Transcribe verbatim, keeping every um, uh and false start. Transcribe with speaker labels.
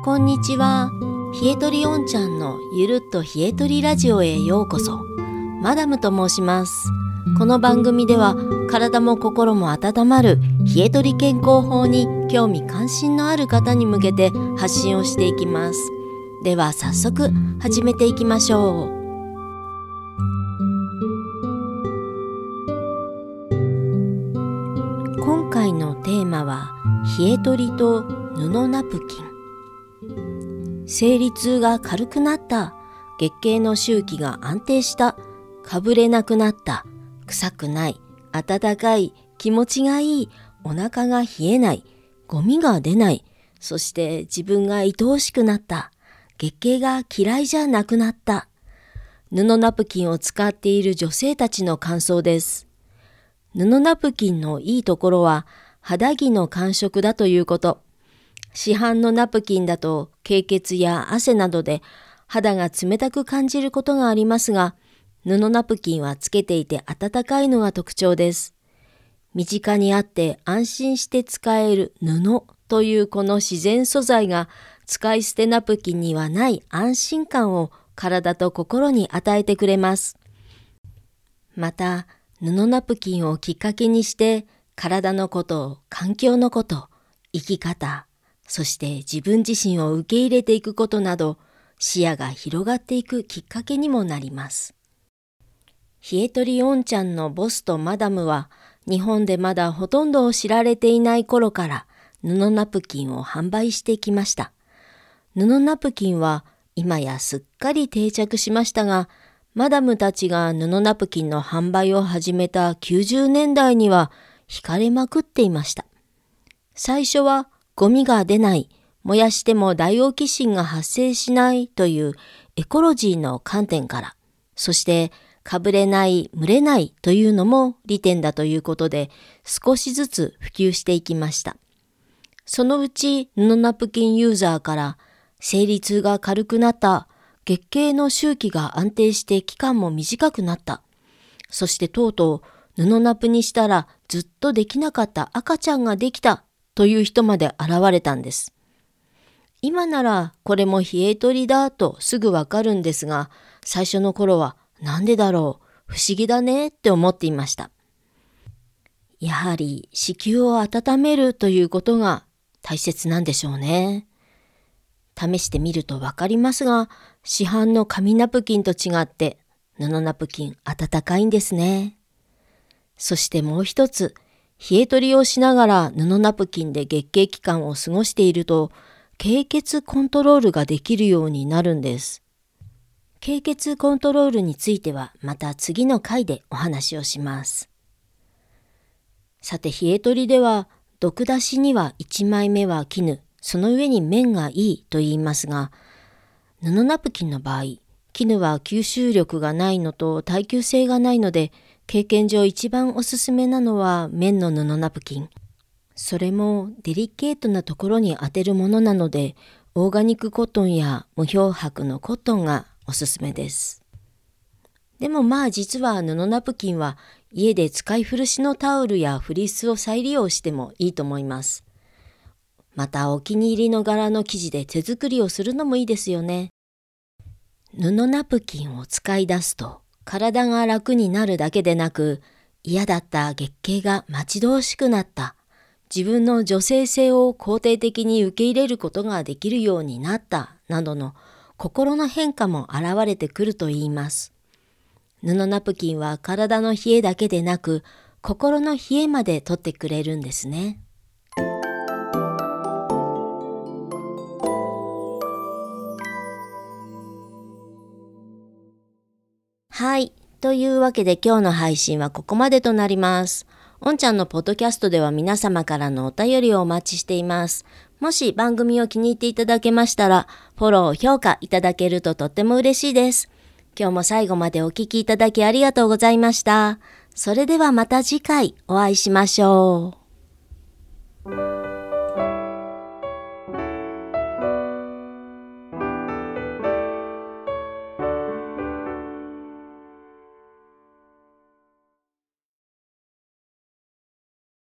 Speaker 1: こんにちは。冷えとりおんちゃんのゆるっと冷えとりラジオへようこそ。マダムと申します。この番組では体も心も温まる冷えとり健康法に興味関心のある方に向けて発信をしていきます。では早速始めていきましょう。今回のテーマは冷えとりと布ナプキン。生理痛が軽くなった、月経の周期が安定した、かぶれなくなった、臭くない、暖かい、気持ちがいい、お腹が冷えない、ゴミが出ない、そして自分が愛おしくなった、月経が嫌いじゃなくなった。布ナプキンを使っている女性たちの感想です。布ナプキンのいいところは肌着の感触だということ。市販のナプキンだと経血や汗などで肌が冷たく感じることがありますが、布ナプキンはつけていて暖かいのが特徴です。身近にあって安心して使える布というこの自然素材が使い捨てナプキンにはない安心感を体と心に与えてくれます。また、布ナプキンをきっかけにして体のこと、環境のこと、生き方、そして自分自身を受け入れていくことなど視野が広がっていくきっかけにもなります。冷えとりおんちゃんのボスとマダムは日本でまだほとんど知られていない頃から布ナプキンを販売してきました。布ナプキンは今やすっかり定着しましたが、マダムたちが布ナプキンの販売を始めたきゅうじゅうねんだいには惹かれまくっていました。最初はゴミが出ない、燃やしてもダイオキシンが発生しないというエコロジーの観点から、そしてかぶれない、蒸れないというのも利点だということで少しずつ普及していきました。そのうち布ナプキンユーザーから生理痛が軽くなった、月経の周期が安定して期間も短くなった、そしてとうとう布ナプにしたらずっとできなかった赤ちゃんができたという人まで現れたんです。今ならこれも冷えとりだとすぐわかるんですが、最初の頃はなんでだろう、不思議だねって思っていました。やはり子宮を温めるということが大切なんでしょうね。試してみるとわかりますが、市販の紙ナプキンと違って布ナプキン温かいんですね。そしてもう一つ、冷えとりをしながら布ナプキンで月経期間を過ごしていると、経血コントロールができるようになるんです。経血コントロールについてはまた次の回でお話をします。さて、冷えとりでは毒出しにはいちまいめは絹、その上に綿がいいと言いますが、布ナプキンの場合、絹は吸収力がないのと耐久性がないので、経験上一番おすすめなのは綿の布ナプキン。それもデリケートなところに当てるものなので、オーガニックコットンや無漂白のコットンがおすすめです。でもまあ実は布ナプキンは家で使い古しのタオルやフリースを再利用してもいいと思います。またお気に入りの柄の生地で手作りをするのもいいですよね。布ナプキンを使い出すと体が楽になるだけでなく、嫌だった月経が待ち遠しくなった、自分の女性性を肯定的に受け入れることができるようになったなどの心の変化も現れてくるといいます。布ナプキンは体の冷えだけでなく、心の冷えまで取ってくれるんですね。はい。というわけで今日の配信はここまでとなります。おんちゃんのポッドキャストでは皆様からのお便りをお待ちしています。もし番組を気に入っていただけましたら、フォロー、評価いただけるととっても嬉しいです。今日も最後までお聞きいただきありがとうございました。それではまた次回お会いしましょう。